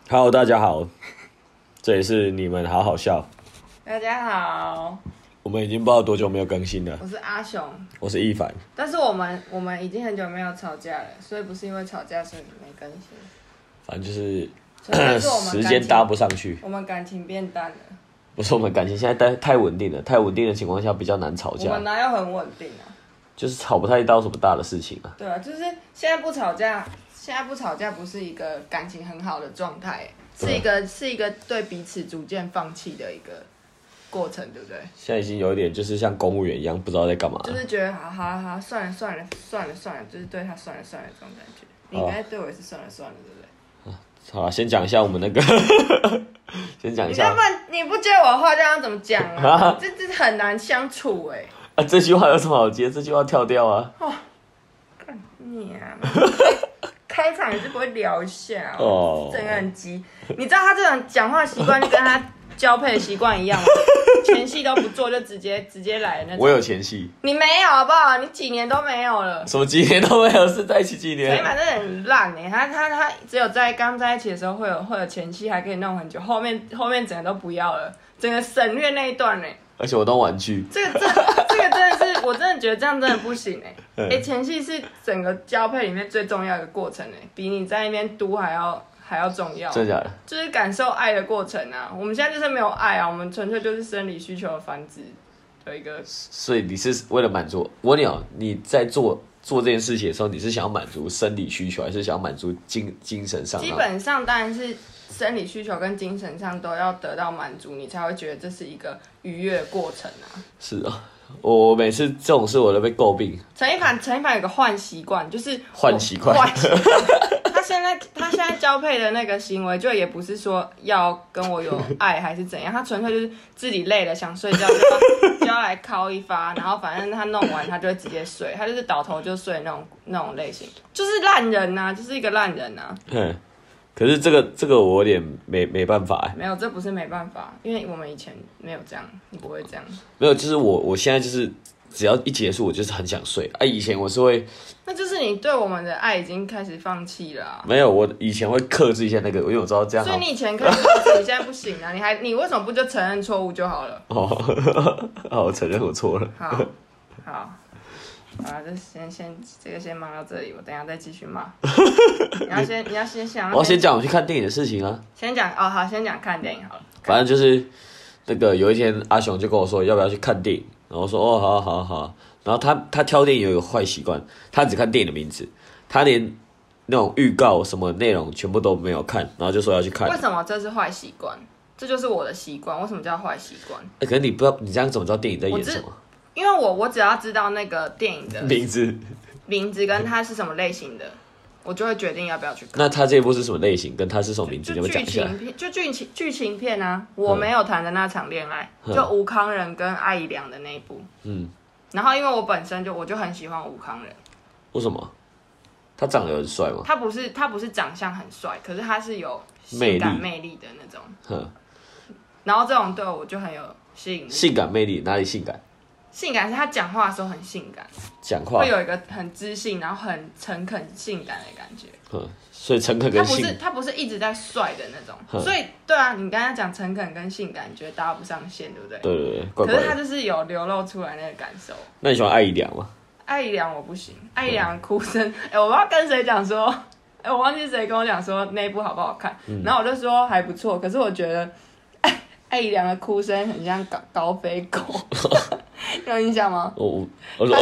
Hello， 大家好，这里是你们好好笑。 大家好， 我们已经不知道多久没有更新了。 我是阿雄， 我是一凡。 但是我们已经很久没有吵架了，所以不是因为吵架所以没更新。 反正就是是我们时间搭不上去。 我们感情变淡了。 不是我们感情现在太稳定了，太稳定的情况下比较难吵架。 我们哪有很稳定啊？ 就是吵不太到什么大的事情啊。 对啊，就是现在不吵架不是一个感情很好的状态，是一个对彼此逐渐放弃的一个过程，对不对？ 现在已经有一点就是像公务员一样，不知道在干嘛。 就是觉得好，算了，就是对他算了这种感觉。你应该对我也是算了，对不对？ 好了，先讲一下我们那个，先讲一下。 你不觉得我的话这样怎么讲啊？这很难相处哎。 啊，这句话有什么好接？这句话跳掉啊！ 哦，干你啊！开场也是不会聊一下哦， 整个很急。你知道他这种讲话习惯就跟他交配的习惯一样吗？前戏都不做就直接来的那种。 我有前戏， 你没有好不好？你几年都没有了。 什么几年都没有，是在一起几年？ 陈一凡真的很烂哎，他只有刚在一起的时候会有前戏，还可以弄很久，后面整个都不要了，整个省略那一段哎。 而且我当玩具。 这个真的是，我真的觉得这样真的不行哎。前戏是整个交配里面最重要的过程哎，比你在那边嘟还要重要。 真的假的？ 就是感受爱的过程啊。我们现在就是没有爱啊，我们纯粹就是生理需求的繁殖的一个。 所以你是为了满足我问你哦，你在做这件事情的时候，你是想要满足生理需求，还是想要满足精神上？ 基本上当然是生理需求跟精神上都要得到满足，你才会觉得这是一个愉悦的过程啊。 是啊，我每次这种事我都被诟病。 陈一凡有个坏习惯，就是坏习惯。 他现在交配的那个行为，就也不是说要跟我有爱还是怎样，他纯粹就是自己累了想睡觉就要来敲一发，然后反正他弄完他就会直接睡，他就是倒头就睡那种类型，就是烂人呐、就是一个烂人呐、 可是这个我有点没办法哎。 没有，这不是没办法，因为我们以前没有这样，你不会这样。 没有，就是我现在就是只要一结束，我就是很想睡。以前我是会， 那就是你对我们的爱已经开始放弃了、啊。 没有，我以前会克制一下那个，因为我知道这样。 所以你以前可以克制，你现在不行啊！你为什么不就承认错误就好了？ 好，我承认我错了。 好。啊，这这个先骂到这里，我等一下再继续骂。你要先想。 我要先讲我去看电影的事情啊。 先讲哦，好，先讲看电影好了。 反正就是那个有一天阿雄就跟我说要不要去看电影，然后我说哦好。然后他挑电影有一个坏习惯，他只看电影的名字，他连那种预告什么内容全部都没有看，然后就说要去看。 为什么这是坏习惯？这就是我的习惯。为什么叫坏习惯？ 可是你不知道，你这样怎么知道电影在演什么？ 因为我只要知道那个电影的名字跟它是什么类型的，我就会决定要不要去看。 那他这部是什么类型？跟他是什么名字？你们讲一下。 就剧情片啊！我没有谈的那场恋爱，就吴康仁跟艾怡良的那一部。然后因为我本身我就很喜欢吴康仁。 为什么？他长得很帅吗？ 他不是长相很帅，可是他是有性感魅力的那种。然后这种对我就很有吸引力。 性感魅力哪里性感？ 性感是他讲话的时候很性感， 讲话会有一个很知性，然后很诚恳、性感的感觉。 所以诚恳跟性， 他不是一直在帅的那种。所以对啊，你刚才讲诚恳跟性感，你觉得搭不上线，对不对？ 对，怪怪的。 可是他就是有流露出来那个感受。 那你喜欢艾怡良吗？ 艾怡良我不行，艾怡良哭声，我不知道跟谁讲说，我忘记谁跟我讲说那一部好不好看，然后我就说还不错，可是我觉得艾怡良的哭声很像高飞狗。有印象吗？ 我说是吧？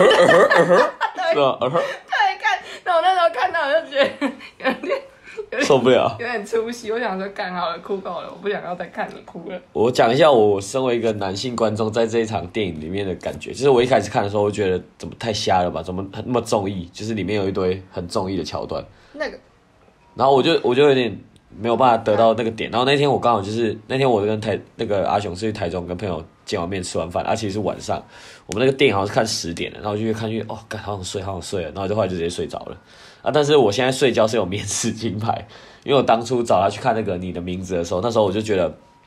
对，看，那我那时候看到我就觉得有点受不了， 有点出戏。我想说，干好了，哭够了，我不想要再看你哭了。 我讲一下我身为一个男性观众在这一场电影里面的感觉，就是我一开始看的时候，我觉得怎么太瞎了吧，怎么那么综艺，就是里面有一堆很综艺的桥段。然后我就有点没有办法得到那个点。然后那天我刚好就是那天我跟那个阿雄是去台中跟朋友见完面吃完饭，其实是晚上，我们那个电影好像是看10点的，然后就越看越干好想睡了，然后就后来就直接睡着了但是我现在睡觉是有免死金牌，因为我当初找他去看那个你的名字的时候，那时候我就觉得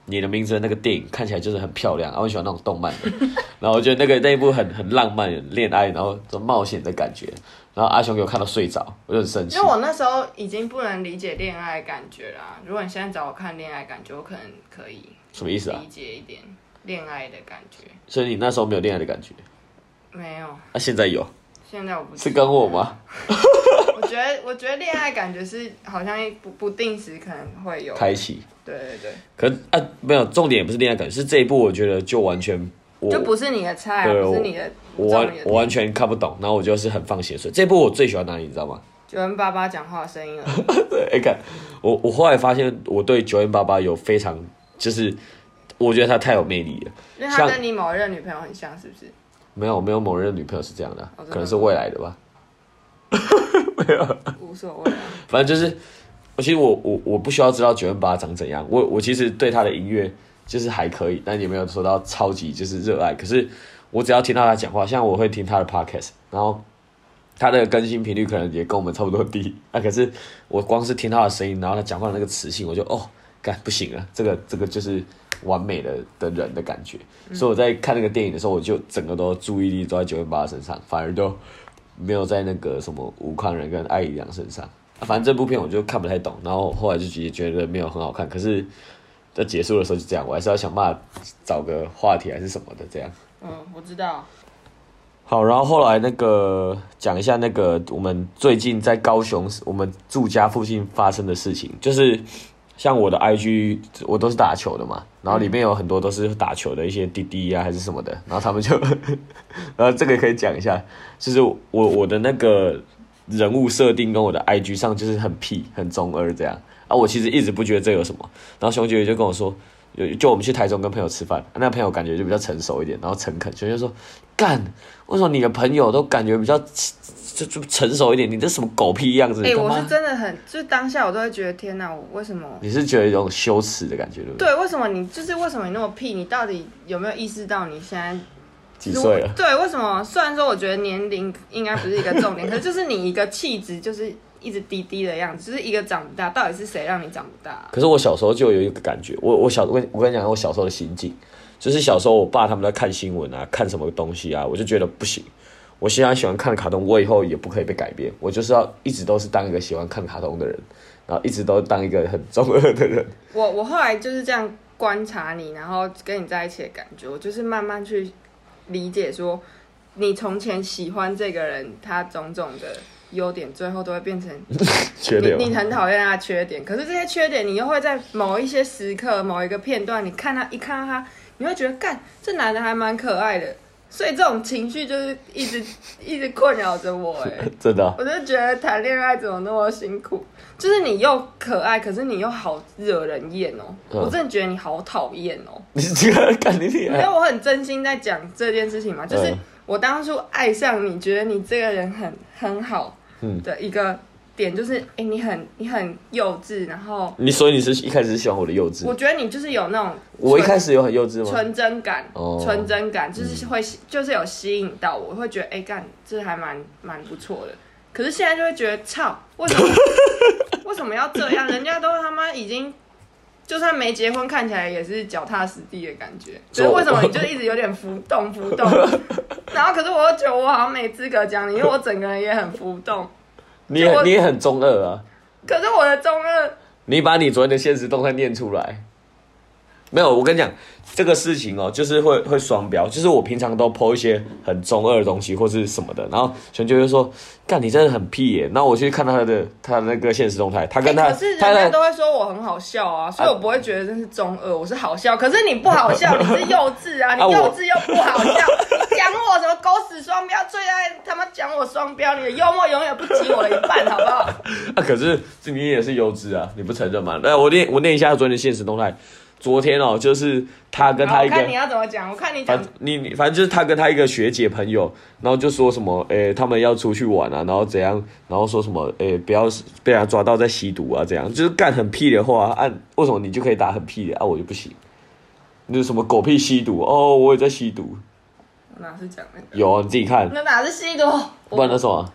你的名字的那个电影看起来就是很漂亮，我很喜欢那种动漫的，然后我觉得那一部很浪漫，恋爱，然后这种冒险的感觉，然后阿雄给我看到睡着，我就很生气。 因为我那时候已经不能理解恋爱的感觉啦，如果你现在找我看恋爱感觉，我可能可以什么意思啊？ 理解一点恋爱的感觉。 所以你那时候没有恋爱的感觉？ 没有。 现在有？ 现在我不是跟我吗？ 我觉得恋爱感觉是好像不定时可能会有开启。 对对对。 可没有，重点也不是恋爱感觉，是这一部我觉得就完全就不是你的菜，不是你的。 我完全看不懂，然后我就是很放血水。这部我最喜欢哪里，你知道吗 ？9m88讲话的声音而已。 对，看我后来发现我对9m88有非常就是我觉得他太有魅力了， 因为他跟你某一任女朋友很像，是不是？ 没有某任女朋友是这样的，可能是未来的吧。没有， 无所谓。 反正就是，其实我不需要知道9m88长怎样，我其实对他的音乐就是还可以，但也没有说到超级就是热爱。可是我只要听到他讲话，像我会听他的 podcast， 然后他的更新频率可能也跟我们差不多低可是我光是听他的声音，然后他讲话的那个磁性，我就干不行了，这个就是完美的人的感觉。所以我在看那个电影的时候，我就整个都注意力都在9m88身上，反而就没有在那个什么吴康仁跟艾怡良身上。反正这部片我就看不太懂，然后后来就觉得没有很好看。可是在结束的时候就这样，我还是要想办法找个话题还是什么的这样。 我知道。 好，然后后来那个讲一下那个我们最近在高雄我们住家附近发生的事情，就是像我的 IG 我都是打球的嘛，然后里面有很多都是打球的一些弟弟啊还是什么的，然后他们就然后这个可以讲一下，就是我的那个人物设定跟我的 IG 上就是很屁很中二这样我其实一直不觉得这有什么，然后熊姐就跟我说，就我们去台中跟朋友吃饭，那朋友感觉就比较成熟一点，然后诚恳，熊姐就说干，为什么你的朋友都感觉比较就成熟一点，你这什么狗屁样子？ 我是真的很，就当下我都会觉得天哪，我为什么？ 你是觉得有种羞耻的感觉，对不对？ 对，为什么你那么屁？你到底有没有意识到你现在几岁了？ 对，为什么？虽然说我觉得年龄应该不是一个重点，可是就是你一个气质就是一直低低的样子，就是一个长不大，到底是谁让你长不大？ 可是我小时候就有一个感觉，我跟你讲，我小时候的心境，就是小时候我爸他们在看新闻啊，看什么东西啊，我就觉得不行。我现在喜欢看的卡通，我以后也不可以被改变，我就是要一直都是当一个喜欢看卡通的人，然后一直都当一个很中二的人。我后来就是这样观察你，然后跟你在一起的感觉，我就是慢慢去理解说，你从前喜欢这个人，他种种的优点，最后都会变成缺点。 你很讨厌他的缺点，可是这些缺点，你又会在某一些时刻、某一个片段，一看到他，你会觉得干，这男的还蛮可爱的。所以这种情绪就是一直困扰着我真的我就觉得谈恋爱怎么那么辛苦，就是你又可爱，可是你又好惹人厌我真的觉得你好讨厌你这个干你厉害， 因为我很真心在讲这件事情嘛，就是我当初爱上你，觉得你这个人很好的一个点，就是你很幼稚，然后所以你是一开始是喜欢我的幼稚？ 我觉得你就是有那种我一开始有很幼稚吗？ 纯真感就是会就是有吸引到我，会觉得干这还蛮不错的。可是现在就会觉得操，为什么要这样？人家都他妈已经就算没结婚，看起来也是脚踏实地的感觉。所以为什么你就一直有点浮动？然后可是我又觉得我好像没资格讲你，因为我整个人也很浮动。你也很中二啊！ 可是我的中二， 你把你昨天的现实动态念出来。没有，我跟你讲这个事情就是会双标，就是我平常都 po 一些很中二的东西或是什么的，然后全就会说，干你真的很屁耶。然后我去看他那个现实动态，他跟他， 可是人家都会说我很好笑啊，所以我不会觉得这是中二，我是好笑。可是你不好笑，你是幼稚啊，你幼稚又不好笑，你讲我什么狗屎双标，最爱他妈讲我双标，你的幽默永远不及我的一半，好不好？ 可是你也是幼稚啊，你不承认吗？我念一下昨天的现实动态。昨天就是他跟他一个， 我看你要怎么讲，我看你讲， 你反正就是他跟他一个学姐朋友，然后就说什么，他们要出去玩啊，然后怎样，然后说什么，不要被他抓到在吸毒啊，这样就是干很屁的话，为什么你就可以打很屁的我就不行？那什么狗屁吸毒我也在吸毒， 我哪是讲那个？ 有啊，你自己看， 那哪是吸毒？ 不然那什么？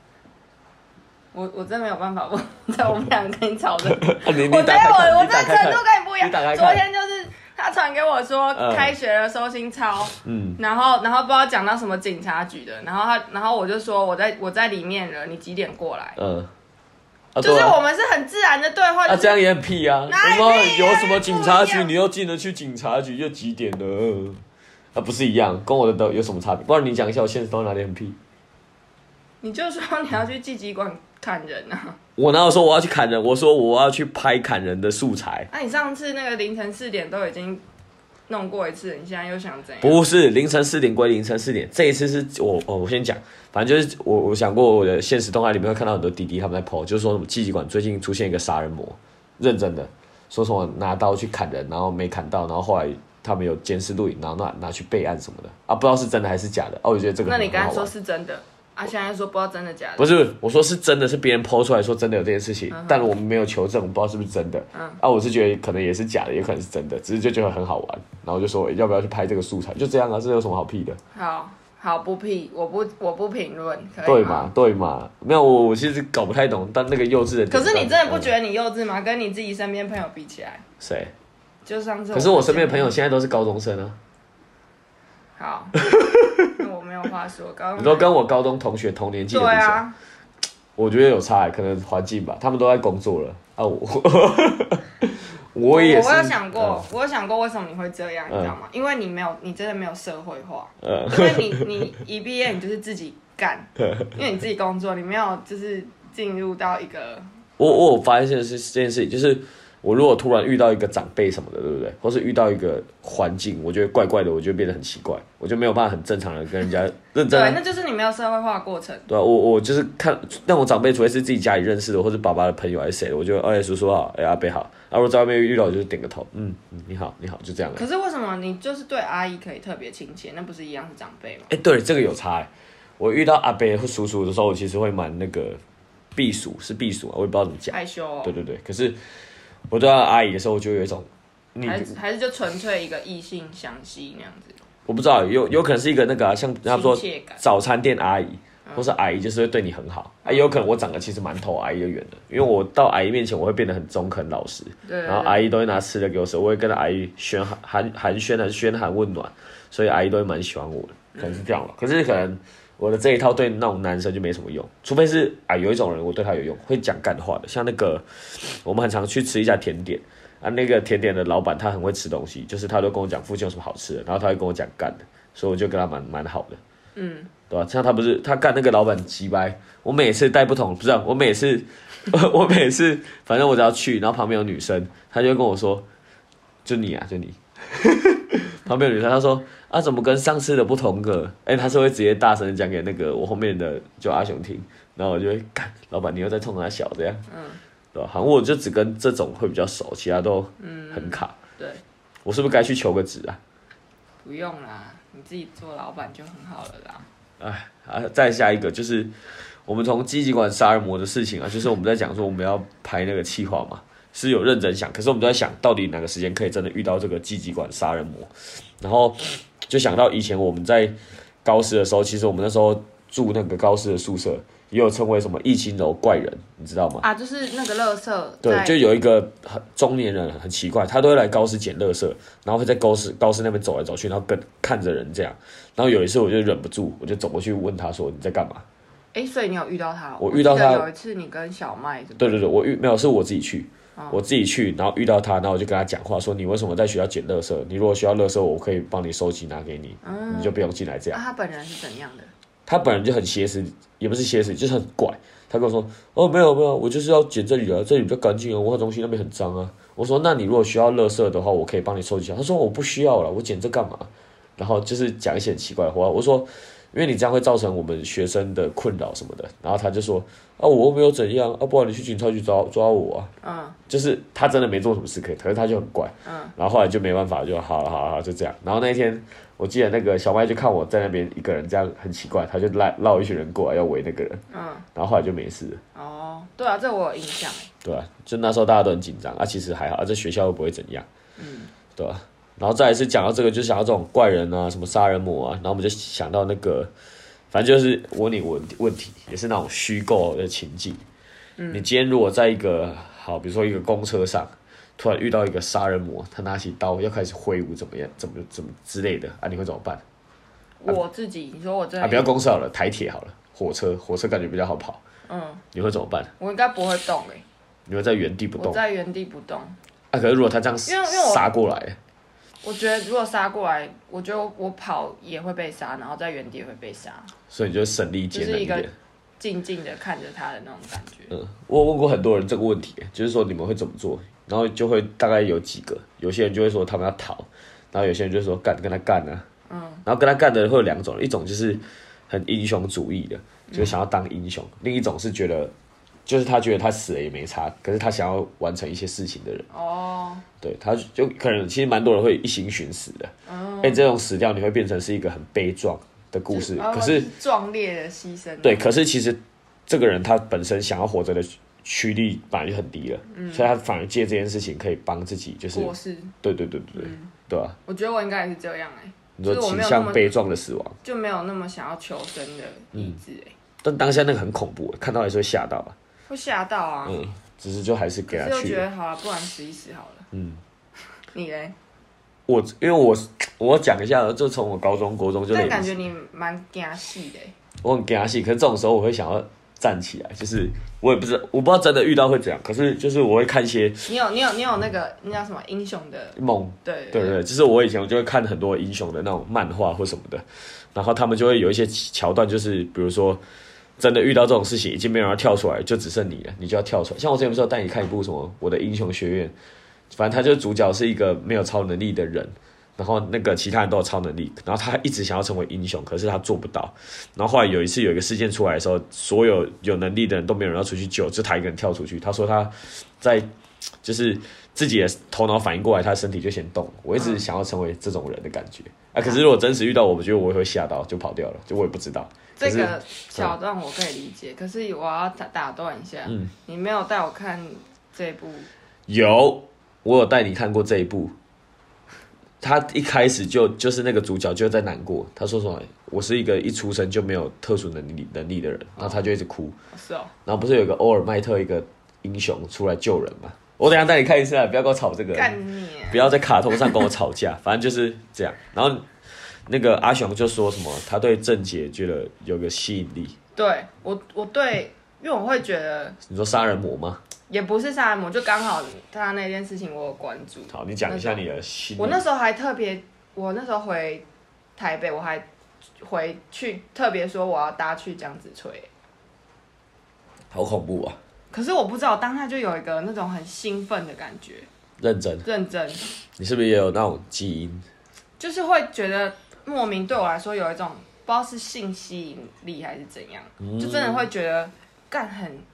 我真没有办法，在我们两个跟你吵的。 我觉得我这程度跟你不一样。昨天就是他传给我说开学了收心操，然后不知道讲到什么警察局的，然后我就说我在里面了，你几点过来？就是我们是很自然的对话。 这样也很屁啊！有什么警察局，你又进得去警察局，又几点了？不是一样，跟我的有什么差别？不然你讲一下我现实中哪里很屁？ 你就说你要去纪疾馆砍人啊！ 我哪有说我要去砍人？我说我要去拍砍人的素材。 那你上次那个凌晨4点都已经弄过一次，你现在又想怎样？ 不是凌晨4点归凌晨4点，这一次是我先讲，反正就是我想过我的现实动态里面会看到很多弟弟他们在 po， 就是说什么纪疾馆最近出现一个杀人魔，认真的说什么拿刀去砍人，然后没砍到，然后后来他们有监视录影，然后拿去备案什么的不知道是真的还是假的我觉得这个很好玩。 那你刚才说是真的现在说不知道真的假的？ 不是，我说是真的，是别人 po 出来说真的有这件事情，但我们没有求证，我不知道是不是真的。我是觉得可能也是假的，也可能是真的，只是就觉得很好玩，然后就说要不要去拍这个素材，就这样这有什么好屁的？ 好不屁，我不评论， 对嘛，没有我其实搞不太懂，但那个幼稚的。 可是你真的不觉得你幼稚吗？跟你自己身边朋友比起来， 谁？ 就上次。 可是我身边的朋友现在都是高中生啊。 好，那我没有话说。 你都跟我高中同学同年纪的比较，我觉得有差，可能环境吧，他们都在工作了我也是。 我有想过为什么你会这样，你知道吗？因为你真的没有社会化，因为你一毕业你就是自己干，因为你自己工作，你没有就是进入到一个。 我有发现这件事情，就是我如果突然遇到一个长辈什么的，对不对？或是遇到一个环境，我觉得怪怪的，我就变得很奇怪，我就没有办法很正常的跟人家认真。 对，那就是你没有社会化的过程。 对我就是看那种长辈，除非是自己家里认识的，或是爸爸的朋友还是谁的，我就叔叔好，阿伯好。如果在外面遇到，我就是点个头，你好，就这样。 可是为什么你就是对阿姨可以特别亲切？那不是一样是长辈吗？ 对，这个有差。我遇到阿伯或叔叔的时候，我其实会蛮那个避暑，是避暑我也不知道怎么讲。 害羞。 对。可是我对阿姨的时候，我就有一种还是就纯粹一个异性相吸那样子。 我不知道，有可能是一个那个像他们说早餐店阿姨，或是阿姨就是会对你很好。也有可能我长得其实蛮投阿姨的缘的，因为我到阿姨面前我会变得很中肯老实，然后阿姨都会拿吃的给我吃，我会跟阿姨寒暄还是嘘寒问暖，所以阿姨都会蛮喜欢我的，可能是这样吧。可是可能我的这一套对那种男生就没什么用，除非是有一种人我对他有用，会讲干话的，像那个我们很常去吃一家甜点那个甜点的老板他很会吃东西，就是他都跟我讲附近有什么好吃的，然后他会跟我讲干的，所以我就跟他蛮好的，对吧？像他干那个老板鸡掰，我每次带不同，不是我每次反正我只要去，然后旁边有女生，他就会跟我说，就你旁边有女生，他说怎么跟上次的不同个？他是会直接大声的讲给那个我后面的就阿雄听，然后我就会干，老板你又在冲他小这样，对吧？好像我就只跟这种会比较熟，其他都很卡。 对， 我是不是该去求个职啊？ 不用啦，你自己做老板就很好了啦。 再下一个就是我们从纪疾馆杀人魔的事情就是我们在讲说我们要拍那个企划嘛，是有认真想，可是我们都在想到底哪个时间可以真的遇到这个纪疾馆杀人魔，然后就想到以前我们在高师的时候，其实我们那时候住那个高师的宿舍，也有称为什么易轻柔怪人，你知道吗？ 就是那个垃圾。 对，就有一个中年人很奇怪，他都会来高师捡垃圾，然后会在高师那边走来走去，然后看着人这样。然后有一次我就忍不住，我就走过去问他说：“你在干嘛？” 所以你有遇到他？ 我遇到他有一次你跟小麦。 对，没有，是我自己去。我自己去，然后遇到他，然后我就跟他讲话说：“你为什么在学校捡垃圾？你如果需要垃圾，我可以帮你收集拿给你，你就不用进来这样。” 他本人是怎样的？ 他本人就很歇斯，也不是歇斯，就是很怪。他跟我说：“没有，我就是要捡这里啊，这里比较干净啊，我的东西那边很脏啊。”我说：“那你如果需要垃圾的话，我可以帮你收集。”他说：“我不需要了，我捡这干嘛？”然后就是讲一些很奇怪的话。我说：“因为你这样会造成我们学生的困扰什么的。”然后他就说：“我又没有怎样不然你去警察局抓我啊。”就是他真的没做什么事可是他就很怪。然后后来就没办法，就好了，就这样。然后那一天我记得那个小麦就看我在那边一个人这样很奇怪，他就绕一群人过来要围那个人。然后后来就没事了。 对啊，这我有印象。 对啊，就那时候大家都很紧张其实还好这学校又不会怎样。对啊。然后再来是讲到这个，就想到这种怪人什么杀人魔然后我们就想到那个，反正就是问你问题，也是那种虚构的情境。你今天如果在一个好，比如说一个公车上，突然遇到一个杀人魔，他拿起刀要开始挥舞，怎么之类的啊，你会怎么办？ 我自己，你说我真的不要公车好了，台铁好了，火车感觉比较好跑。你会怎么办？ 我应该不会动你会在原地不动？ 我在原地不动。 可是如果他这样杀过来， 我觉得如果杀过来，我觉得我跑也会被杀，然后在原地也会被杀。 所以你就省力节能一点， 静静的看着他的那种感觉。 我有问过很多人这个问题，就是说你们会怎么做？然后就会大概有几个，有些人就会说他们要逃，然后有些人就说跟他干啊。然后跟他干的会有两种，一种就是很英雄主义的，就是想要当英雄；另一种是觉得，就是他觉得他死了也没差，可是他想要完成一些事情的人。对，他就可能其实蛮多人会一心寻死的。这种死掉你会变成是一个很悲壮的故事，可是壮烈的牺牲。 对，可是其实这个人他本身想要活着的驱力本来就很低了，所以他反而借这件事情可以帮自己，就是过世。 对，对啊。 我觉得我应该也是这样你说倾向悲壮的死亡， 就没有那么想要求生的意志但当下那个很恐怖，看到还是会吓到吧？ 会吓到啊。 只是就还是给他去。 可是就觉得好了，不然死一死好了。你嘞？ 因为我讲一下，就从我高中、国中就。 但感觉你蛮惊戏的。 我很惊戏，可是这种时候我会想要站起来，就是我不知道真的遇到会怎样，可是就是我会看一些。 你有那个那叫什么英雄的梦？ 对， 就是我以前就会看很多英雄的那种漫画或什么的，然后他们就会有一些桥段，就是比如说真的遇到这种事情，已经没有人要跳出来，就只剩你了，你就要跳出来。像我之前不是有带你看一部什么《我的英雄学院》，反正他就是主角是一个没有超能力的人。然后那个其他人都有超能力，然后他一直想要成为英雄，可是他做不到。然后后来有一次有一个事件出来的时候，所有有能力的人都没有人要出去救，就他一个人跳出去。他说他在就是自己的头脑反应过来，他的身体就先动。我一直想要成为这种人的感觉可是如果真实遇到我觉得我也会吓到，就跑掉了，就我也不知道。 这个桥段我可以理解，可是我要打断一下，你没有带我看这部？ 有，我有带你看过这一部。他一开始就是那个主角就在难过，他说什么？我是一个一出生就没有特殊能力的人，然后他就一直哭。 是哦。 然后不是有一个欧尔麦特一个英雄出来救人吗？我等一下带你看一下，不要跟我吵这个。 干你！ 不要在卡通上跟我吵架，反正就是这样。然后那个阿雄就说什么，他对郑杰觉得有个吸引力。 对我对，因为我会觉得。 你说杀人魔吗？ 也不是杀人魔，就刚好他那件事情我有关注。 好，你讲一下你的心。 我那时候还特别，我那时候回台北，我还回去特别说我要搭去江子翠。 好恐怖啊！ 可是我不知道，当下就有一个那种很兴奋的感觉。 认真。你是不是也有那种基因？ 就是会觉得莫名对我来说有一种不知道是性吸引力还是怎样，就真的会觉得干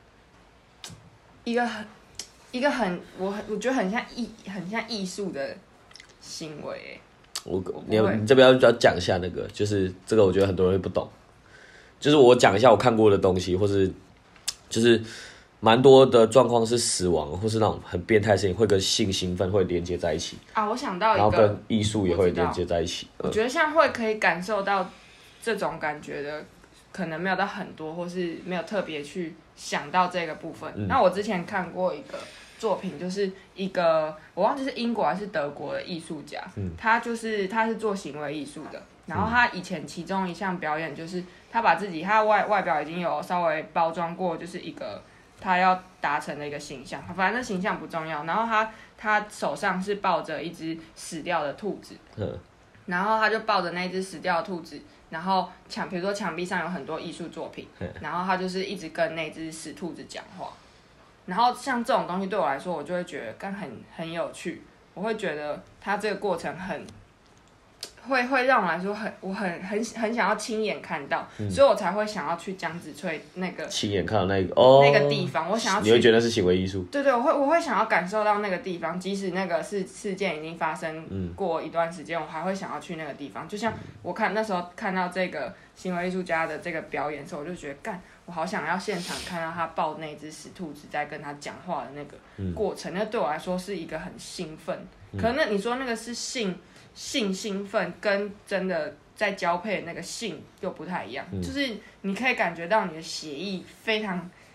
一个很我觉得很像艺术的行为。 你这边要讲一下那个，就是这个我觉得很多人会不懂，就是我讲一下我看过的东西，或是就是蛮多的状况是死亡或是那种很变态的事情会跟性兴奋会连接在一起啊。我想到一个， 然后跟艺术也会连接在一起。 我觉得像会可以感受到这种感觉的，可能没有到很多，或是没有特别去想到这个部分。那我之前看过一个作品，就是一个我忘记是英国还是德国的艺术家，他是做行为艺术的。然后他以前其中一项表演就是他把自己他的外表已经有稍微包装过，就是一个他要达成的一个形象，反正形象不重要。然后他手上是抱着一只死掉的兔子，然后他就抱着那只死掉的兔子，然后比如说墙壁上有很多艺术作品，然后他就是一直跟那只死兔子讲话。然后像这种东西对我来说，我就会觉得很有趣，我会觉得他这个过程会让我来说我很想要亲眼看到，所以我才会想要去江子翠那个亲眼看到那个地方，我想要去。 你会觉得是行为艺术？ 对，我会想要感受到那个地方，即使那个事件已经发生过一段时间，我还会想要去那个地方。就像我那时候看到这个行为艺术家的这个表演的时候，我就觉得我好想要现场看到他抱那只死兔子在跟他讲话的那个过程，那对我来说是一个很兴奋。可能你说那个是性兴奋，跟真的在交配的那个性又不太一样，就是你可以感觉到你的血液非常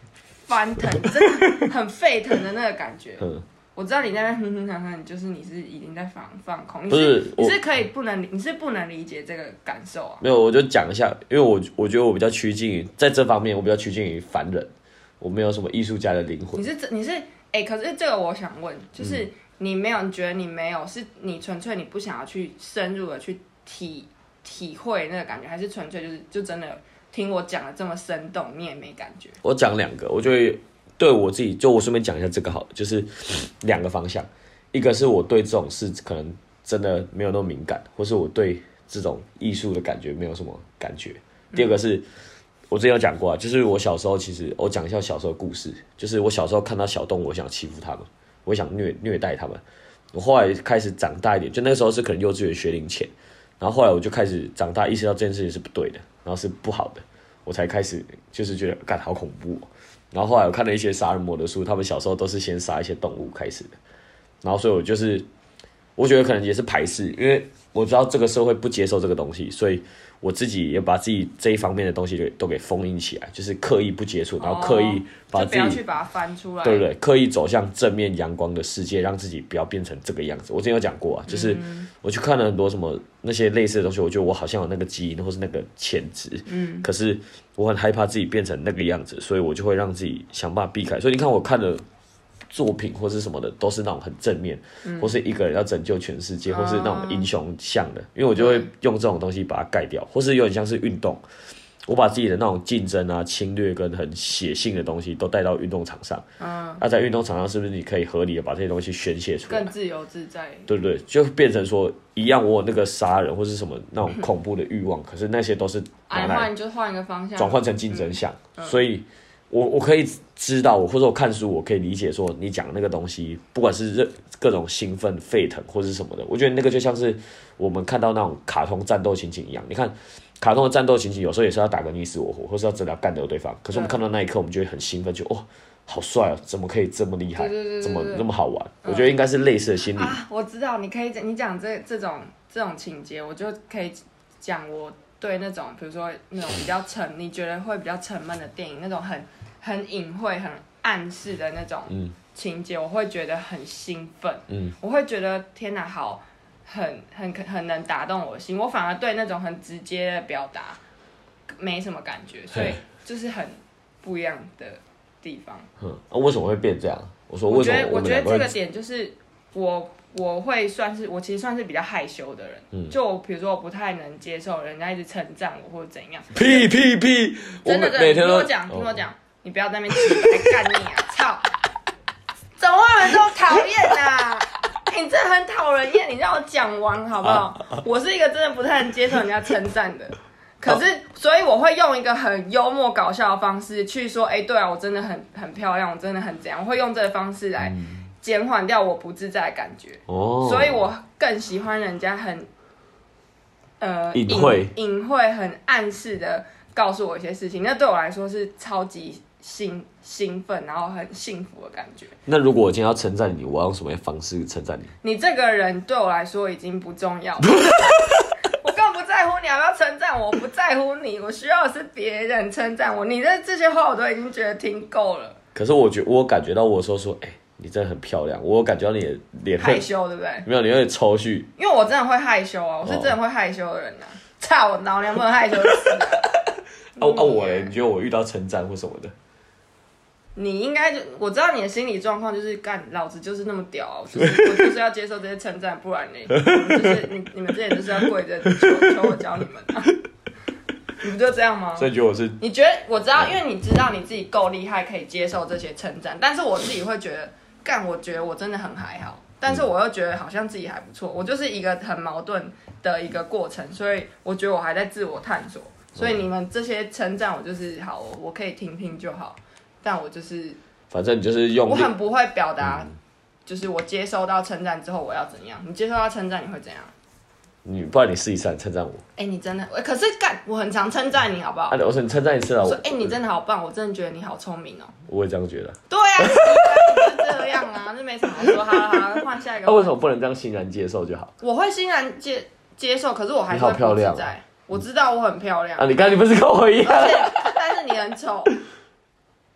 翻腾，真的很沸腾的那个感觉。我知道你那边哼哼哼哼，就是你是已经在放空，你是可以不能理解这个感受啊。 没有，我就讲一下，因为我觉得我比较趋近于在这方面，我比较趋近于凡人，我没有什么艺术家的灵魂。 你是可是这个我想问，就是你没有，你觉得你没有，是你纯粹你不想要去深入的去体会那个感觉，还是纯粹就真的听我讲的这么生动，你也没感觉？ 我讲2个，我觉得。对我自己，就我顺便讲一下这个好了，就是2个方向，一个是我对这种事可能真的没有那么敏感，或是我对这种艺术的感觉没有什么感觉。第二个是我之前有讲过啊，就是我小时候其实我讲一下小时候的故事，就是我小时候看到小动物，我想欺负他们，我想虐待他们。我后来开始长大一点，就那个时候是可能幼稚园学龄前，然后后来我就开始长大，意识到这件事情是不对的，然后是不好的，我才开始就是觉得干好恐怖哦。然后后来我看了一些杀人魔的书，他们小时候都是先杀一些动物开始的，然后所以我觉得可能也是排斥，因为我知道这个社会不接受这个东西，所以我自己也把自己这一方面的东西都给封印起来，就是刻意不接触，然后刻意把自己就不要去把它翻出来， 对不对？刻意走向正面阳光的世界，让自己不要变成这个样子。我之前有讲过啊，就是我去看了很多什么那些类似的东西，我觉得我好像有那个基因或是那个潜质，可是我很害怕自己变成那个样子，所以我就会让自己想办法避开。所以你看我看的作品或是什么的，都是那种很正面，或是一个人要拯救全世界，或是那种英雄像的，因为我就会用这种东西把它盖掉，或是有点像是运动，我把自己的那种竞争啊、侵略跟很血性的东西都带到运动场上。在运动场上是不是你可以合理的把这些东西宣泄出来， 更自由自在？对不对？就变成说一样，我有那个杀人或是什么那种恐怖的欲望，可是那些都是拿来你就换一个方向， 转换成竞争项，所以。我可以知道，或者我看书，我可以理解说你讲的那个东西，不管是各种兴奋、沸腾或是什么的，我觉得那个就像是我们看到那种卡通战斗情景一样。你看卡通的战斗情景，有时候也是要打个你死我活，或是要真的要干掉对方。可是我们看到那一刻，我们就会很兴奋，就好帅哦，怎么可以这么厉害？怎么那么好玩？我觉得应该是类似的心理。 我知道，你讲这种情节，我就可以讲我对那种比如说那种比较你觉得会比较沉闷的电影，那种很隐晦、很暗示的那种情节，我会觉得很兴奋。我会觉得天哪，很能打动我的心。我反而对那种很直接的表达没什么感觉，所以就是很不一样的地方。 为什么会变这样？我说为什么？ 我觉得这个点就是我其实算是比较害羞的人，就比如说我不太能接受人家一直称赞我或者怎样。 屁！ 真的，听我讲，你不要在那边起来干你啊！操！怎么会有人这么讨厌啊？你真的很讨人厌，你让我讲完好不好？我是一个真的不太能接受人家称赞的，可是所以我会用一个很幽默搞笑的方式去说，对啊，我真的很漂亮，我真的很怎样，我会用这个方式来减缓掉我不自在的感觉。所以我更喜欢人家很隐晦、很暗示的告诉我一些事情，那对我来说是超级兴奋，然后很幸福的感觉。 那如果我今天要称赞你，我要用什么方式称赞你？ 你这个人对我来说已经不重要了。我根本不在乎你要不要称赞我，不在乎你，我需要的是别人称赞我。你的这些话我都已经觉得听够了。 可是我感觉到我说，你真的很漂亮，我感觉到你的脸害羞，对不对？ 没有，你有点抽蓄。 因为我真的会害羞啊，我是真的会害羞的人啊。操，我老娘不能害羞死了。 我嘞？你觉得我遇到称赞或什么的？ 你应该我知道你的心理状况就是干，老子就是那么屌啊！我就是要接受这些称赞，不然呢，你们之前就是要跪着求我教你们啊！你不就这样吗？ 所以你觉得我是？ 你觉得我知道，因为你知道你自己够厉害，可以接受这些称赞，但是我自己会觉得干，我觉得我真的很还好，但是我又觉得好像自己还不错，我就是一个很矛盾的一个过程，所以我觉得我还在自我探索。所以你们这些称赞我就是好，我可以听听就好。但我就是，反正你就是用， 我很不会表达，就是我接收到称赞之后我要怎样？你接收到称赞你会怎样？ 不然你试一下称赞我。 你真的，可是我很常称赞你，好不好？ 我说你称赞一次啊。我说你真的好棒，我真的觉得你好聪明哦。 我也这样觉得。 对啊，就是这样啊，这没什么好说。好，换下一个。 为什么不能这样欣然接受就好？ 我会欣然接受，可是我还是会不自在。我知道我很漂亮。 你刚才你不是跟我一样？ 但是你很丑。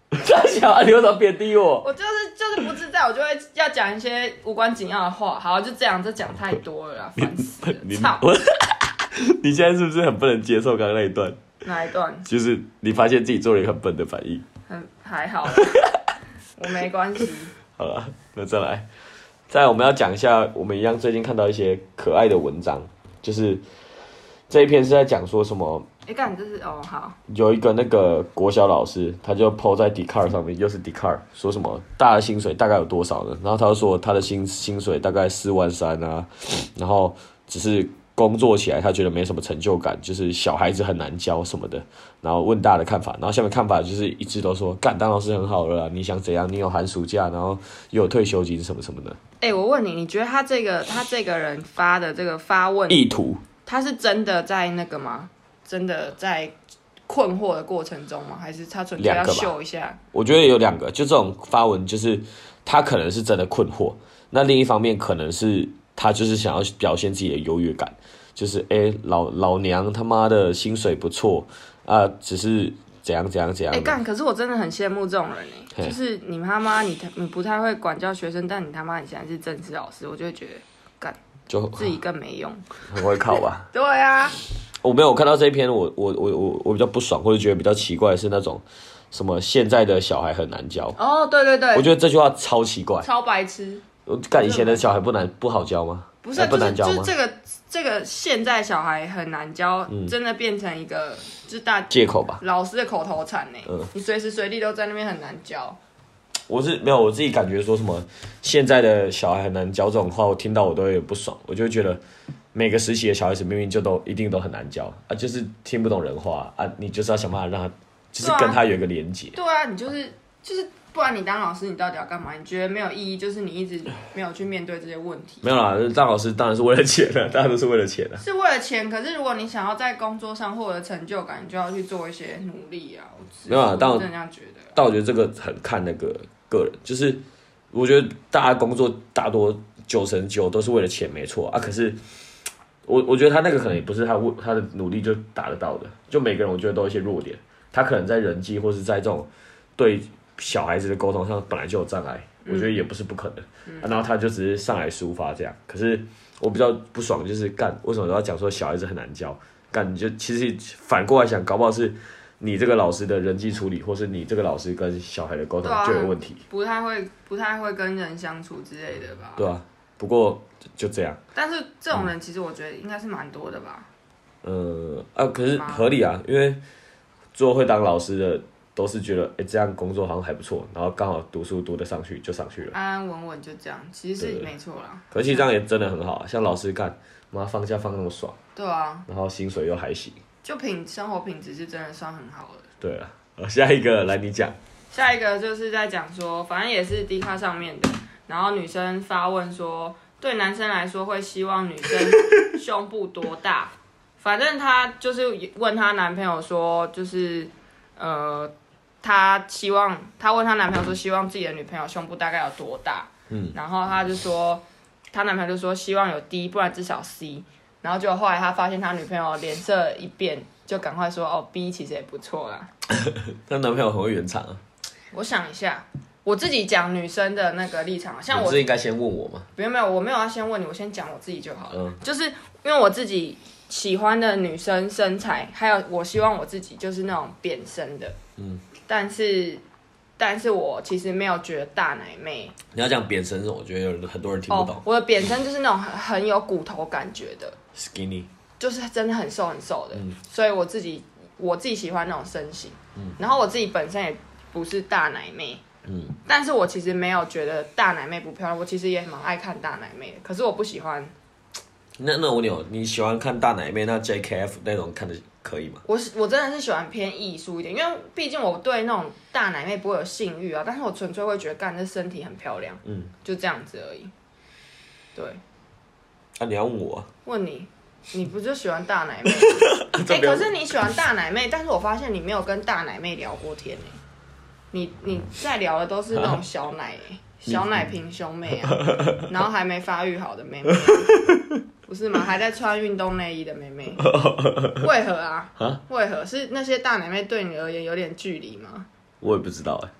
大小啊，你为什么贬低我？ 我就是不自在，我就会要讲一些无关紧要的话。好，就这样，这讲太多了啦，烦死了！操！ 你现在是不是很不能接受刚刚那一段？ 哪一段？ 就是你发现自己做了一个很笨的反应。 还好啦，我没关系。 好了，那再来我们要讲一下，我们一样最近看到一些可爱的文章，就是这一篇是在讲说什么？ 干，这是哦好。 有一个那个国小老师，他就 po 在 Dcard 上面，又是 Dcard， 说什么大的薪水大概有多少呢？然后他就说他的薪水大概4万3啊，然后只是工作起来他觉得没什么成就感，就是小孩子很难教什么的。然后问大的看法，然后下面看法就是一致都说干当老师很好了啦，你想怎样？你有寒暑假，然后又有退休金什么什么的。 我问你，你觉得他这个人发的这个发问意图， 他是真的在那个吗？真的在困惑的过程中吗？还是他纯粹要秀一下？ 我觉得有2个，就这种发文，就是他可能是真的困惑，那另一方面可能是他就是想要表现自己的优越感，就是老娘他妈的薪水不错啊，只是怎样。 干，可是我真的很羡慕这种人就是你他妈你不太会管教学生，但你他妈你现在是正式老师，我就会觉得干就自己更没用， 很会考吧？ 对啊。 我没有看到这一篇，我比较不爽，或者觉得比较奇怪的是那种什么现在的小孩很难教。 哦，对， 我觉得这句话超奇怪， 超白痴。 干以前的小孩不好教吗？ 不是， 不难教吗？ 就是这个现在小孩很难教，真的变成一个就是借口吧， 老师的口头禅呢。你随时随地都在那边很难教。 我自己感觉说什么现在的小孩很难教这种话，我听到我都有点不爽，我就会觉得。每个时期的小孩子明明就一定都很难教啊，就是听不懂人话啊，你就是要想办法让他，就是跟他有一个连结。 对啊，你就是不然你当老师你到底要干嘛？你觉得没有意义，就是你一直没有去面对这些问题。 没有啦，当老师当然是为了钱了，大家都是为了钱了。 是为了钱，可是如果你想要在工作上获得成就感，你就要去做一些努力啊。 没有啦，但我真的这样觉得。 但我觉得这个很看那个个人，就是我觉得大家工作大多9成9都是为了钱，没错啊，可是。我觉得他那个可能也不是他的努力就达得到的，就每个人我觉得都有一些弱点，他可能在人际或是在这种对小孩子的沟通上本来就有障碍，我觉得也不是不可能。然后他就只是上来抒发这样，可是我比较不爽就是干为什么都要讲说小孩子很难教？干你就其实反过来想，搞不好是你这个老师的人际处理，或是你这个老师跟小孩的沟通就有问题， 不太会跟人相处之类的吧？ 对啊，不过。就这样， 但是这种人其实我觉得应该是蛮多的吧。 可是合理啊，因为做会当老师的都是觉得，这样工作好像还不错，然后刚好读书读得上去就上去了， 安安稳稳就这样，其实是没错啦。 可是其实这样也真的很好啊，像老师干，妈放假放那么爽， 对啊， 然后薪水又还行， 就生活品质是真的算很好的。 对啊，下一个来你讲。 下一个就是在讲说，反正也是 Dcard 上面的，然后女生发问说。对男生来说，会希望女生胸部多大？反正她就是问她男朋友说，就是她问她男朋友说，希望自己的女朋友胸部大概有多大？然后她男朋友就说希望有 D， 不然至少 C。然后就后来他发现他女朋友脸色一变，就赶快说B 其实也不错啦。 她男朋友很会圆场啊。 我想一下。我自己讲女生的那个立场，像我不是应该先问我吗？ 没有，我没有要先问你，我先讲我自己就好了。就是因为我自己喜欢的女生身材，还有我希望我自己就是那种扁身的。但是我其实没有觉得大奶妹。你要讲扁身，我觉得有很多人听不懂。 我的扁身就是那种很有骨头感觉的 ，skinny， 就是真的很瘦很瘦的。所以我自己喜欢那种身形。然后我自己本身也不是大奶妹。但是我其实没有觉得大奶妹不漂亮，我其实也蛮爱看大奶妹的，可是我不喜欢。 那我问你喜欢看大奶妹，那 JKF 那种看的可以吗？ 我真的是喜欢偏艺术一点，因为毕竟我对那种大奶妹不会有性欲啊，但是我纯粹会觉得干这身体很漂亮，就这样子而已。对。 啊，你要问我？ 问你不就喜欢大奶妹？可是你喜欢大奶妹，但是我发现你没有跟大奶妹聊过天欸。你在聊的都是那种小奶小奶瓶兄妹啊，然后还没发育好的妹妹，不是吗？还在穿运动内衣的妹妹，为何啊？为何是那些大奶妹对你而言有点距离吗？ 我也不知道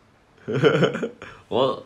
我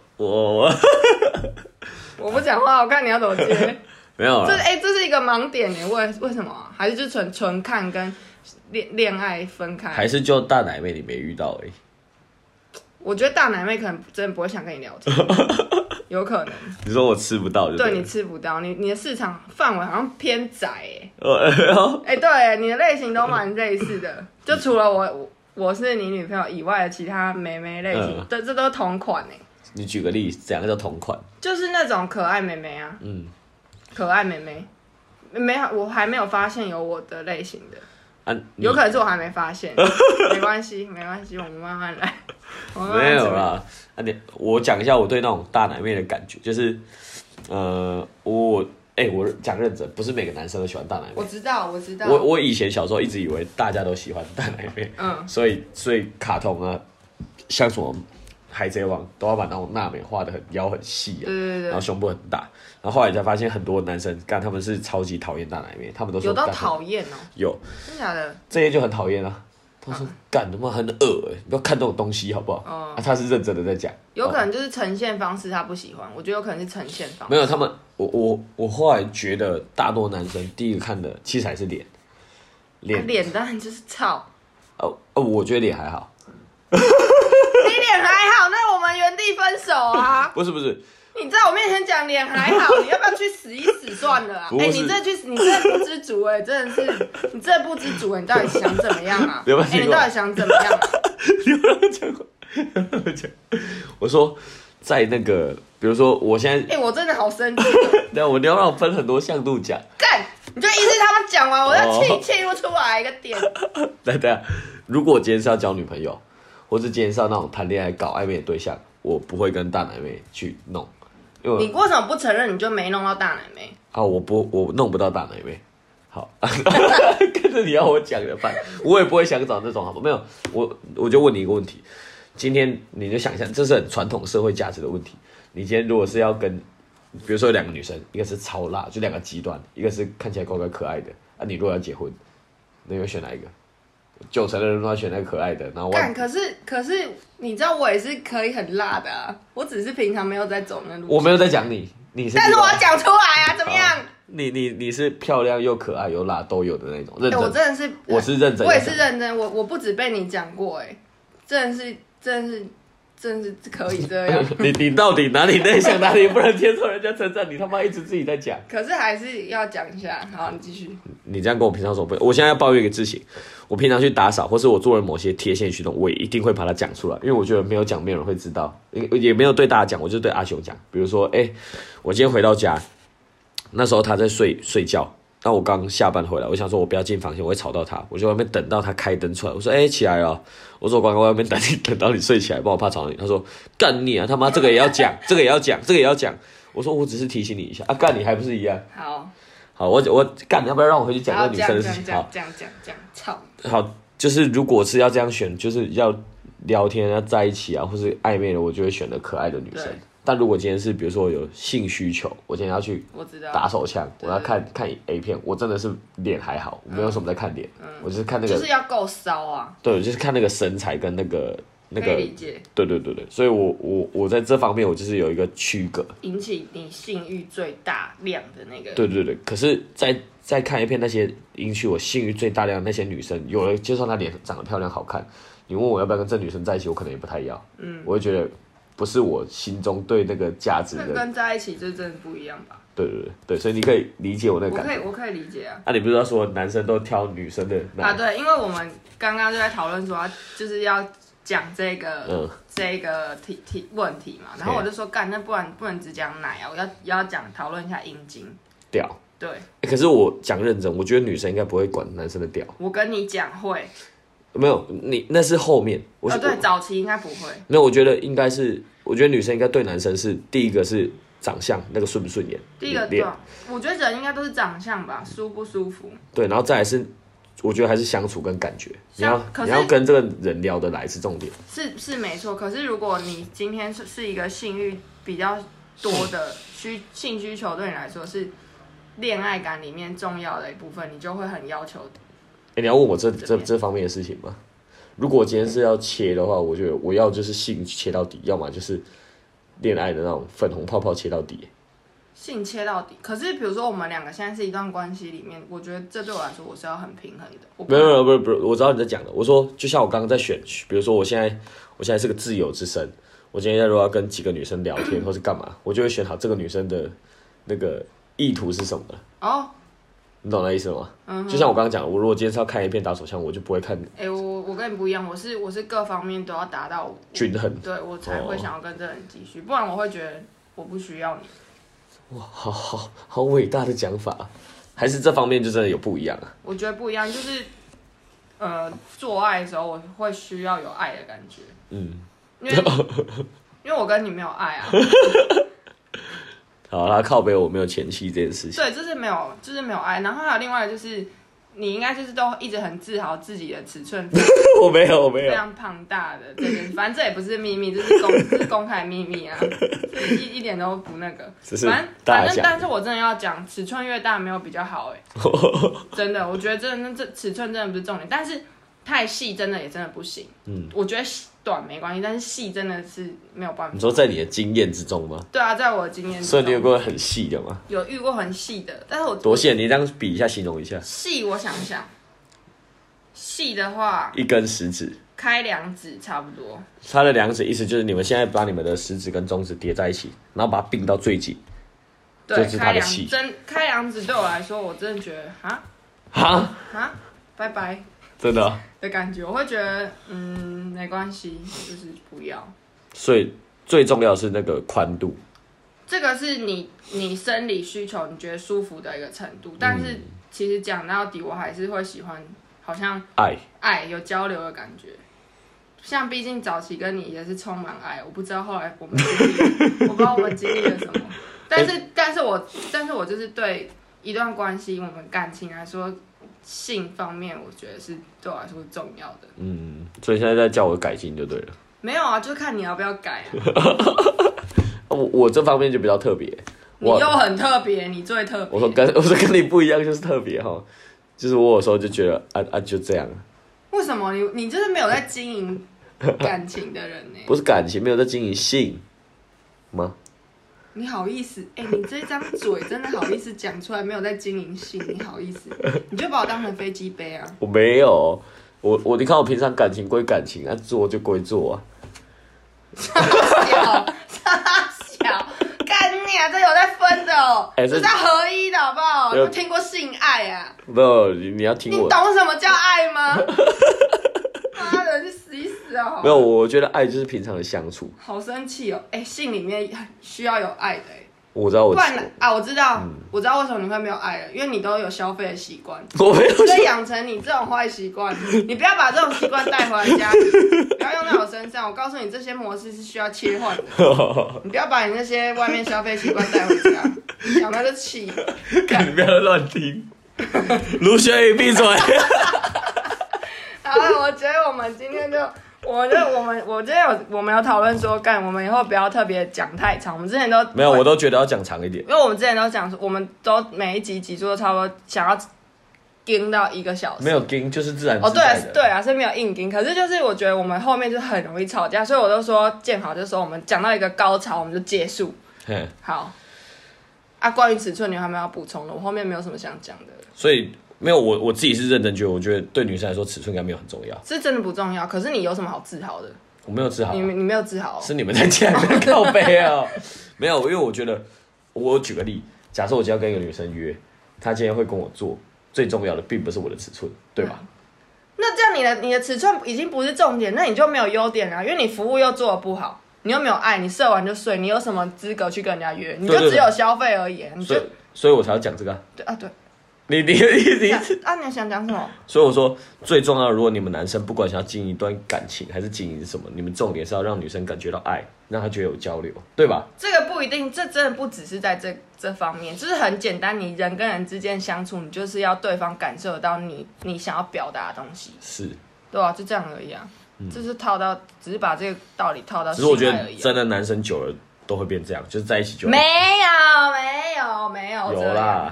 不讲话，我看你要怎么接。 没有了。 这是一个盲点耶，为什么啊？还是就纯看跟恋爱分开？ 还是就大奶妹你没遇到而已？ 我觉得大奶妹可能真的不会想跟你聊天，有可能。 你说我吃不到就对，你吃不到，你的市场范围好像偏窄哎。 对， 你的类型都蛮类似的，就除了我是你女朋友以外的其他妹妹类型，这都是同款哎。 你举个例子，怎样叫同款？ 就是那种可爱妹妹啊，可爱妹妹，没有，我还没有发现有我的类型的。有可能是我还没发现，没关系，我们慢慢来。 没有啦，我讲一下我对那种大奶妹的感觉，就是我讲认真，不是每个男生都喜欢大奶妹。 我知道。 我以前小时候一直以为大家都喜欢大奶妹，所以卡通啊，像什么海贼王都要把那种娜美画的很腰很细啊， 对， 然后胸部很大，然后后来才发现很多男生他们是超级讨厌大奶妹，他们都说有到讨厌哦， 有， 真假的？ 这些就很讨厌啊。他说：“干他妈很恶哎，不要看这种东西好不好？”他是认真的在讲。 有可能就是呈现方式他不喜欢，我觉得有可能是呈现方式。 没有他们，我后来觉得大多男生第一个看的其实还是脸， 脸当然就是操。 我觉得脸还好。 你脸还好，那我们原地分手啊？ 不是。 你在我面前讲脸还好，你要不要去死一死算了啊？你真的不知足哎，真的是你真的不知足哎，你到底想怎么样啊？你到底想怎么样啊？ 你不要讲，我说在那个，比如说我现在， 我真的好生气。 对，你要让我分很多向度讲。 干，你就一次他们讲完，我要切入出来一个点。 对，如果我今天是要交女朋友，或是今天是要那种谈恋爱搞暧昧的对象，我不会跟大奶妹去弄。 你为什么不承认你就没弄到大奶妹？ 我弄不到大奶妹。好，跟着你要我讲的办，我也不会想找那种好不好？没有，我就问你一个问题，今天你就想象，这是很传统社会价值的问题。你今天如果是要跟，比如说有两个女生，一个是超辣，就两个极端，一个是看起来乖乖可爱的，你如果要结婚，你会选哪一个？90%的人都要选那个可爱的，然后可是你知道我也是可以很辣的啊，我只是平常没有在走那路线。 我没有在讲你是， 但是我要讲出来啊，怎么样？ 你是漂亮又可爱又辣都有的那种，认真。 我真的是， 我是认真， 我也是认真，我不止被你讲过真的是可以这样。 你到底哪里内向，哪里不能接受人家称赞？你他妈一直自己在讲。 可是还是要讲一下。好，你继续。 你这样跟我平常说不？我现在要抱怨一个事情，我平常去打扫，或是我做了某些贴现举动，我也一定会把它讲出来，因为我觉得没有讲，没有人会知道，也没有对大家讲，我就对阿雄讲。比如说，我今天回到家，那时候他在睡觉。那我刚下班回来，我想说我不要进房间，我会吵到他，我就外面等到他开灯出来。我说起来了，我说我刚刚外面等到你睡起来，不然我怕吵到你。他说干你啊，他妈这个也要讲，这个也要讲，这个也要讲。我说我只是提醒你一下啊，干你还不是一样？好，我干，你要不要让我回去讲那个女生的事情？好， 讲，操。 好，就是如果是要这样选，就是要聊天要在一起啊，或是暧昧的，我就会选择可爱的女生。但如果今天是比如说有性需求，我今天要去打手枪，我要看 A 片，我真的是脸还好，我没有什么在看脸，我就是看那个， 就是要够骚啊。 对，就是看那个身材跟那个。 可以理解。 对，所以我在这方面我就是有一个区隔， 引起你性欲最大量的那个。 对，可是在看一片那些引起我性欲最大量的那些女生，有人就算她脸长得漂亮好看，你问我要不要跟这女生在一起，我可能也不太要。我会觉得不是我心中对那个价值的。 跟在一起这真的不一样吧？ 对，所以你可以理解我那个感觉。 我可以理解啊。 你不是要说男生都挑女生的？ 对，因为我们刚刚就在讨论说，就是要讲这个问题嘛，然后我就说干，那不能只讲奶啊，我要讨论一下阴茎屌。 对， 可是我讲认真，我觉得女生应该不会管男生的屌。 我跟你讲会。 没有，你那是后面。 对，早期应该不会。 那我觉得应该是，我觉得女生应该对男生是第一个是长相那个顺不顺眼。 第一个对，我觉得人应该都是长相吧，舒不舒服。 对，然后再来是。我觉得还是相处跟感觉，你要跟这个人聊得来是重点。 是没错，可是如果你今天是一个性欲比较多的性需求，对你来说是恋爱感里面重要的一部分，你就会很要求。 你要问我这方面的事情吗？ 如果我今天是要切的话，我觉得我要就是性切到底，要么就是恋爱的那种粉红泡泡切到底。 性切到底，可是比如说我们两个现在是一段关系里面，我觉得这对我来说我是要很平衡的。 没有，不是，我知道你在讲的。我说，就像我刚刚在选，比如说我现在是个自由之身，我今天如果要跟几个女生聊天或是干嘛，我就会选好这个女生的那个意图是什么。哦，你懂那意思吗？就像我刚刚讲，我如果今天是要看一片打手枪，我就不会看。 我跟你不一样，我是各方面都要达到均衡， 对我才会想要跟这人继续，不然我会觉得我不需要你。 哇，好伟大的讲法，还是这方面就真的有不一样啊？ 我觉得不一样，就是做爱的时候我会需要有爱的感觉，因为我跟你没有爱啊。 好，他靠北我没有前妻这件事情， 对，就是没有爱，然后还有另外就是。你应该就是都一直很自豪自己的尺寸， 我没有， 非常庞大的这件事，反正这也不是秘密，这是公开秘密啊，一点都不那个。反正，但是我真的要讲，尺寸越大没有比较好真的，我觉得真的这尺寸真的不是重点，但是太细真的也真的不行。我觉得短没关系，但是细真的是没有办法。 你说在你的经验之中吗？ 对啊，在我的经验之中。 所以你有过很细的吗？ 有遇过很细的，但是我多细？你这样比一下，形容一下。 细，我想一下，细的话， 一根食指， 开两指差不多。 它的两指意思就是你们现在把你们的食指跟中指叠在一起，然后把它并到最紧。 对，开两指对我来说，我真的觉得拜拜。 真的的感觉，我会觉得没关系，就是不要。 所以最重要的是那个宽度， 这个是你生理需求，你觉得舒服的一个程度。但是其实讲到底，我还是会喜欢，好像爱有交流的感觉。像毕竟早期跟你也是充满爱，我不知道后来我不知道我们经历了什么。但是我就是对一段关系，我们感情来说。性方面，我觉得是对我来说是重要的。 所以现在在叫我改进就对了。 没有啊，就看你要不要改啊。 我这方面就比较特别。 你又很特别，你最特别。 我说跟你不一样，就是特别哈。就是我有时候就觉得就这样。 为什么你就是没有在经营感情的人呢？ 不是感情，没有在经营性吗？ 你好意思？你这张嘴真的好意思讲出来，没有在经营性，你好意思？你就把我当成飞机杯啊！ 我没有，你看我平常感情归感情啊，做就归做啊。 傻小，干你啊！这有在分的哦，这叫合一的好不好？有听过性爱啊？ 没有，你要听我。 你懂什么叫爱吗？妈的，去死一死啊！ 没有，我觉得爱就是平常的相处。 好生气哦！性里面需要有爱的我知道， 不然我知道为什么你会没有爱了，因为你都有消费的习惯， 我没有， 所以养成你这种坏习惯。你不要把这种习惯带回来家里，不要用在我身上。我告诉你，这些模式是需要切换的。你不要把你那些外面消费习惯带回家，讲到就气。 看你不要乱听，卢学宇闭嘴。 好了，我觉得我们今天就。我之前我们有讨论说，我们以后不要特别讲太长。我们之前都没有，我都觉得要讲长一点， 因为我们之前都讲说，我们都每一集集数都差不多想要盯到1个小时， 没有盯就是自然自在的。 对啊，是没有硬盯。可是就是我觉得我们后面就很容易吵架，所以我都说建好就说我们讲到一个高潮我们就结束。好。关于尺寸，你还没有要补充的？我后面没有什么想讲的。 所以。没有，我自己是认真觉得，我觉得对女生来说，尺寸应该没有很重要， 是真的不重要。可是你有什么好自豪的？ 我没有自豪， 你没有自豪， 是你们在讲的靠背啊。没有，因为我觉得，我举个例，假设我今天要跟一个女生约，她今天会跟我做，最重要的并不是我的尺寸，对吧？ 那这样你的尺寸已经不是重点，那你就没有优点了，因为你服务又做得不好，你又没有爱，你射完就睡，你有什么资格去跟人家约？你就只有消费而已。 所以我才要讲这个。 对啊，对。 你你想讲什么？ 所以我说最重要的，如果你们男生不管想要经营一段感情还是经营什么，你们重点是要让女生感觉到爱，让她觉得有交流，对吧？ 这个不一定，这真的不只是在这方面，就是很简单，你人跟人之间相处，你就是要对方感受到你想要表达的东西， 是， 对啊，就这样而已啊，就是只是把这个道理套到性爱而已。只是我觉得真的男生久了都会变这样，就是在一起久了。 没有， 有啦。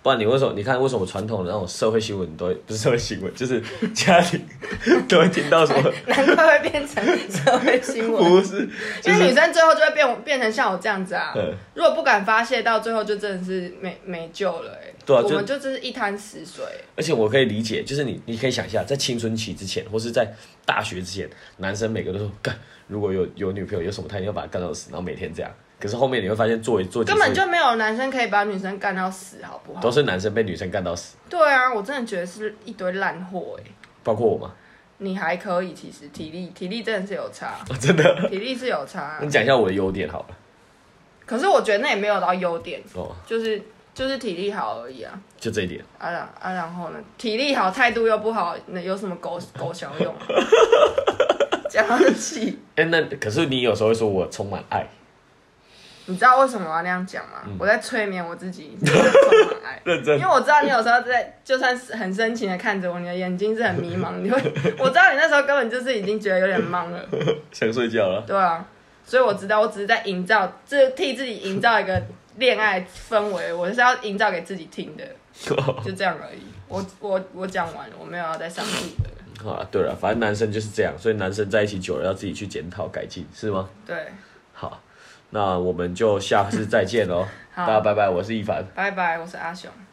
不然你为什么？你看为什么传统的那种社会新闻都会不是社会新闻，就是家庭都会听到什么？ 难怪会变成社会新闻。 不是， 因为女生最后就会变成像我这样子啊。如果不敢发泄，到最后就真的是没救了对啊， 我们就真是一滩死水。 而且我可以理解，就是你可以想一下，在青春期之前，或是在大学之前，男生每个都说干，如果有女朋友有什么，他一定要把他干到死，然后每天这样。可是后面你会发现做根本就没有男生可以把女生干到死，好不好？ 都是男生被女生干到死。 对啊，我真的觉得是一堆烂货包括我吗？ 你还可以，其实体力真的是有差， 真的体力是有差。 你讲一下我的优点好了。 可是我觉得那也没有到优点就是体力好而已啊， 就这一点然后呢，体力好态度又不好，那有什么狗小用？讲到气。 那可是你有时候会说我充满爱。 你知道为什么我要那样讲吗？我在催眠我自己，充满爱。 认真。 因为我知道你有时候就算是很深情的看着我，你的眼睛是很迷茫，我知道你那时候根本就是已经觉得有点懵了， 想睡觉了。 对啊，所以我知道，我只是在替自己营造一个恋爱氛围，我是要营造给自己听的，就这样而已。我讲完了，我没有要再上诉的。 好了，对了，反正男生就是这样，所以男生在一起久了要自己去检讨改进，是吗？ 对。 好，那我们就下次再见喽。大家拜拜，我是一凡。 拜拜，我是阿雄。